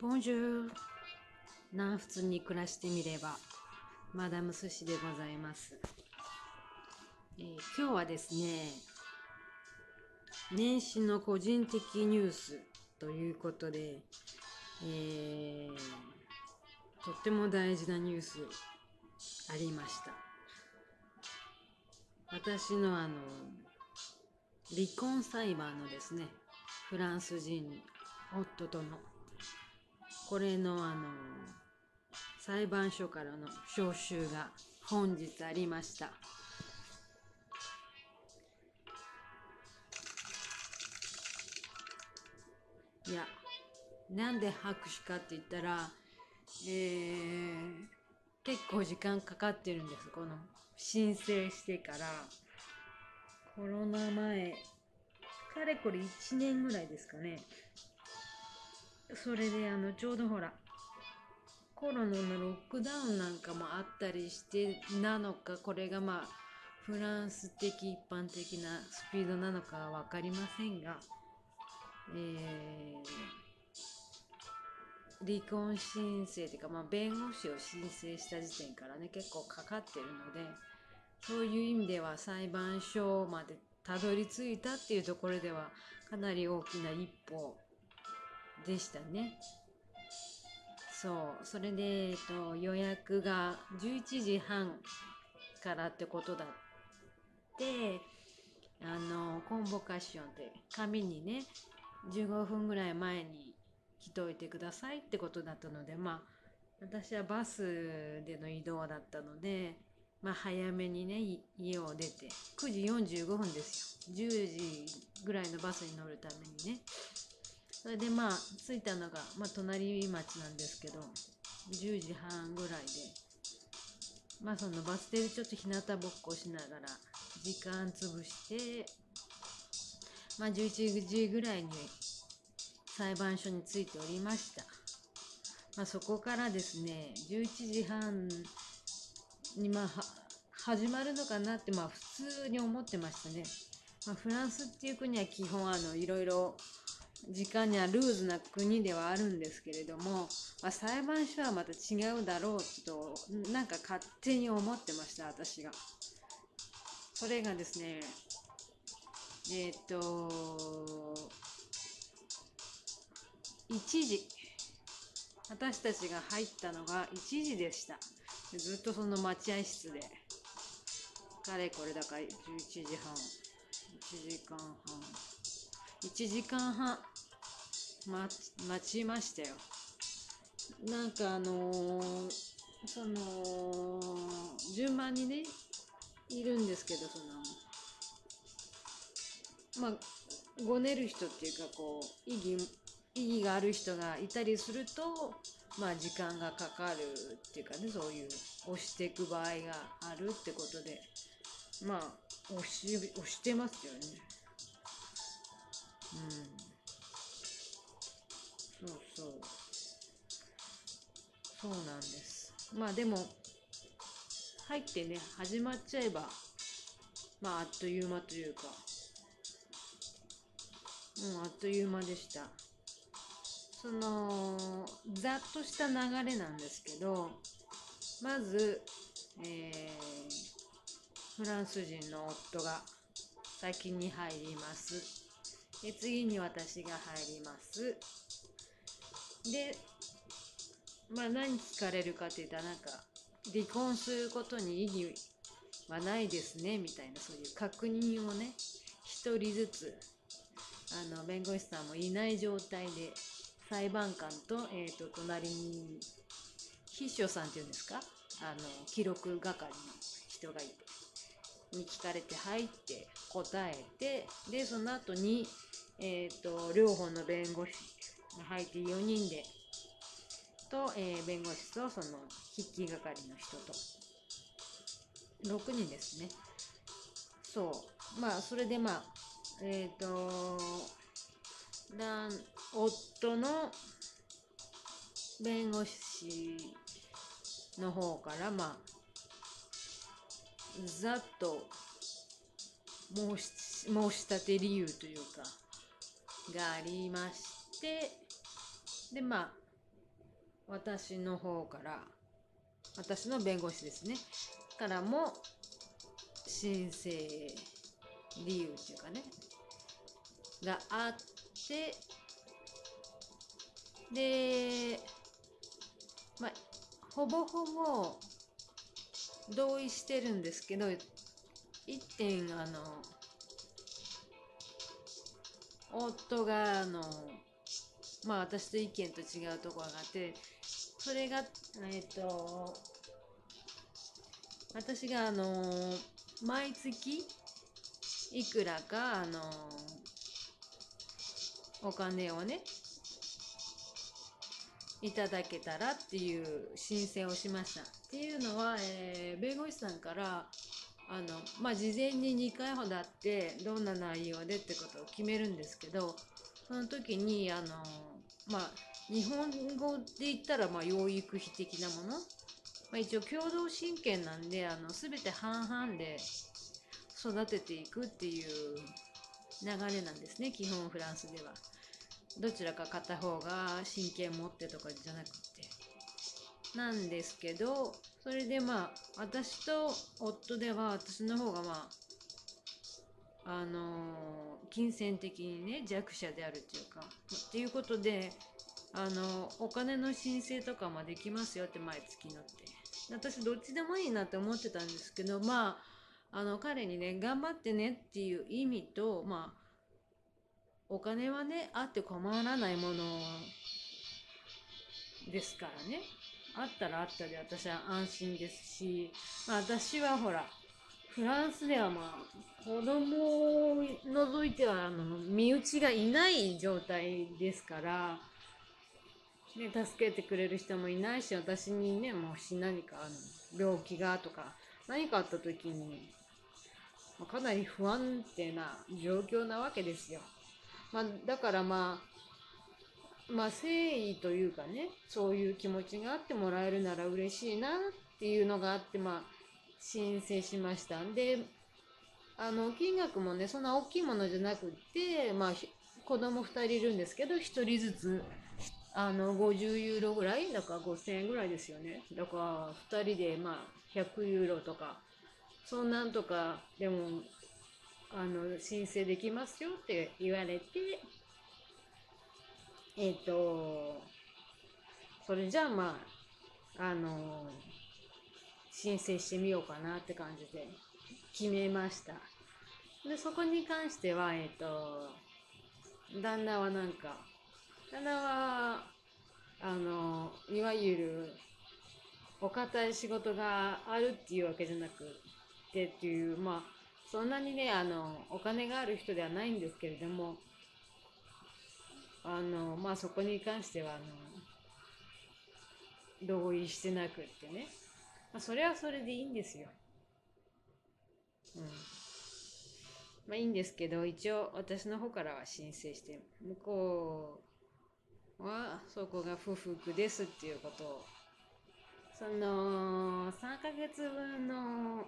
ボンジュール。南仏に暮らしてみれば、マダム寿司でございます。今日はですね、年始の個人的ニュースということで、とっても大事なニュースありました。私の離婚裁判のですね、フランス人夫とのこれの裁判所からの招集が本日ありました。いや、なんで拍手かって言ったら、結構時間かかってるんです。この申請してからコロナ前かれこれ1年ぐらいですかね。それでちょうどほらコロナのロックダウンなんかもあったりしてなのか、これがフランス的一般的なスピードなのかは分かりませんが、離婚申請というか、弁護士を申請した時点からね結構かかってるので、そういう意味では裁判所までたどり着いたっていうところではかなり大きな一歩でしたね。それで、予約が11時半からってことだって、コンボカションって紙にね15分ぐらい前に来といてくださいってことだったので、私はバスでの移動だったので、早めにね家を出て9時45分ですよ。10時ぐらいのバスに乗るためにね。それで着いたのが、隣町なんですけど10時半ぐらいで、そのバス停でちょっと日向ぼっこしながら時間潰して、11時ぐらいに裁判所に着いておりました。そこからですね11時半に始まるのかなって普通に思ってましたね。フランスっていう国は基本いろいろ時間にはルーズな国ではあるんですけれども、裁判所はまた違うだろうとなんか勝手に思ってました私が。それがですね、1時、私たちが入ったのが1時でした。ずっとその待合室でかれこれだから11時半1時間半待ちましたよ。なんかその順番にねいるんですけど、ごねる人っていうか異議がある人がいたりすると時間がかかるっていうかね、そういう押していく場合があるってことで押してますよね。そうそうそうなんです。でも入ってね始まっちゃえばあっという間というか、あっという間でした。そのざっとした流れなんですけど、まず、フランス人の夫が先に入ります。で次に私が入ります。で何聞かれるかって言ったら、離婚することに意義はないですねみたいな、そういう確認をね一人ずつ弁護士さんもいない状態で裁判官と、隣に秘書さんっていうんですか、記録係の人がいてに聞かれて入って答えて、でその後に、両方の弁護士が入って4人でと、弁護士とその筆記係の人と6人ですね。それで夫の弁護士の方からざっと申し立て理由というかがありまして、で私の方から、私の弁護士ですねからも申請理由っていうかねがあって、でまあほぼほぼ同意してるんですけど、一点夫がまあ私と意見と違うところがあって、それが私が毎月いくらかお金をねいただけたらっていう申請をしました。っていうのは、弁護士さんからまあ、事前に2回ほどあってどんな内容でってことを決めるんですけど、その時にまあ、日本語で言ったらまあ養育費的なもの、まあ、一応共同親権なんで全て半々で育てていくっていう流れなんですね、基本フランスでは。どちらか片方が親権持ってとかじゃなくてなんですけど、それでまあ私と夫では私の方がまあ金銭的にね弱者であるっていうかっていうことでお金の申請とかもできますよって毎月のって、私どっちでもいいなって思ってたんですけど、まあ彼にね頑張ってねっていう意味と、まあお金はねあって困らないものですからね、あったらあったで私は安心ですし、まあ、私はほらフランスではまあ子供を除いては身内がいない状態ですから、ね、助けてくれる人もいないし、私にねもし何か病気がとか何かあった時に、まあ、かなり不安定な状況なわけですよ。まあ、だから誠意というかね、そういう気持ちがあってもらえるなら嬉しいなっていうのがあって、まあ申請しました。で金額もねそんな大きいものじゃなくって、まあ子供2人いるんですけど1人ずつ50ユーロぐらいだから5000円ぐらいですよね。だから2人でまあ100ユーロとかそんなんとかでも申請できますよって言われて、えっ、とそれじゃあまあ申請してみようかなって感じで決めました。でそこに関しては旦那は旦那はいわゆるお堅い仕事があるっていうわけじゃなくてっていう、まあそんなにねお金がある人ではないんですけれども、まあそこに関しては同意してなくってね、まあ、それはそれでいいんですよ。うん、まあいいんですけど、一応私の方からは申請して、向こうはそこが不服ですっていうことを、その3ヶ月分の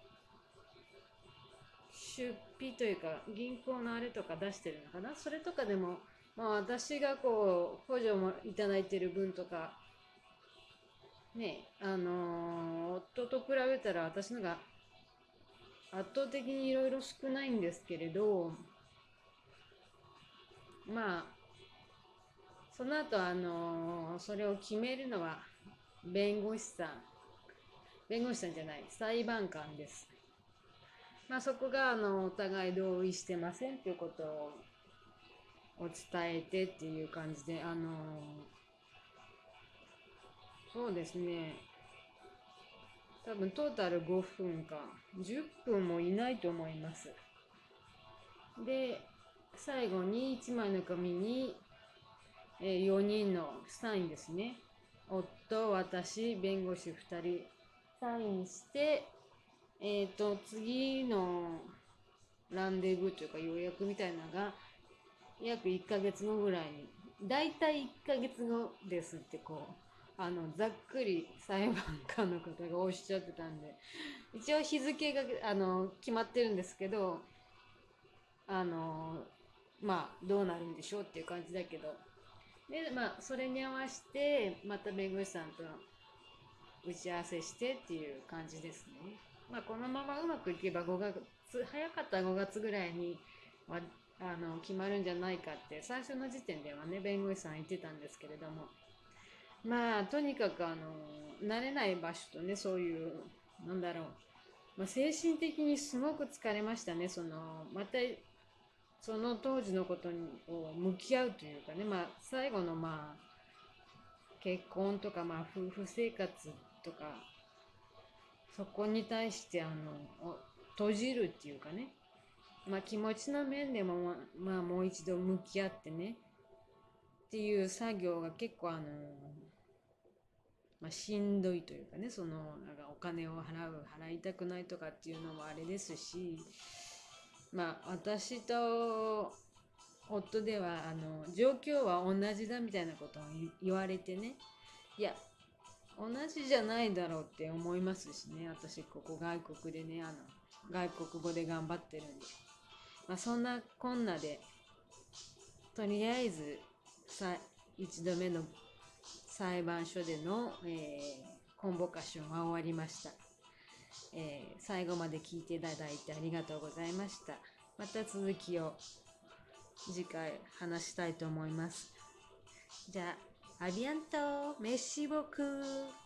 出費というか銀行のあれとか出してるのかな、それとかでも、まあ、私がこう補助もいただいてる分とかね、夫と比べたら私のが圧倒的にいろいろ少ないんですけれど、まあその後それを決めるのは弁護士さん弁護士さんじゃない裁判官です。まあそこがお互い同意してませんということを伝えてっていう感じでそうですね、多分トータル5分か10分もいないと思います。で最後に1枚の紙に、4人のサインですね、夫私弁護士2人サインして、次のランデブーというか予約みたいなのが約1ヶ月後ぐらいに、だいたい1ヶ月後ですってこうざっくり裁判官の方がおっしゃってたんで、一応日付が決まってるんですけど、まあどうなるんでしょうっていう感じだけど、 で、まあ、それに合わせて、また弁護士さんと打ち合わせしてっていう感じですね。まあ、このままうまくいけば5月、早かったら5月ぐらいには決まるんじゃないかって最初の時点ではね弁護士さん言ってたんですけれども、まあとにかく慣れない場所とねそういうなんだろう、まあ、精神的にすごく疲れましたね。またその当時のことを向き合うというかね、まあ、最後のまあ結婚とか、まあ、夫婦生活とかそこに対して閉じるっていうかね、まあ、気持ちの面でも、まあ、もう一度向き合ってねっていう作業が結構まあ、しんどいというかね、なんかお金を払いたくないとかっていうのもあれですし、まあ私と夫では状況は同じだみたいなことを言われてね、いや同じじゃないだろうって思いますしね。私ここ外国でね外国語で頑張ってるんで、まあ、そんなこんなでとりあえず一度目の裁判所での、コンボカションは終わりました。最後まで聞いていただいてありがとうございました。また続きを次回話したいと思います。じゃあ、アビアント、メッシボク。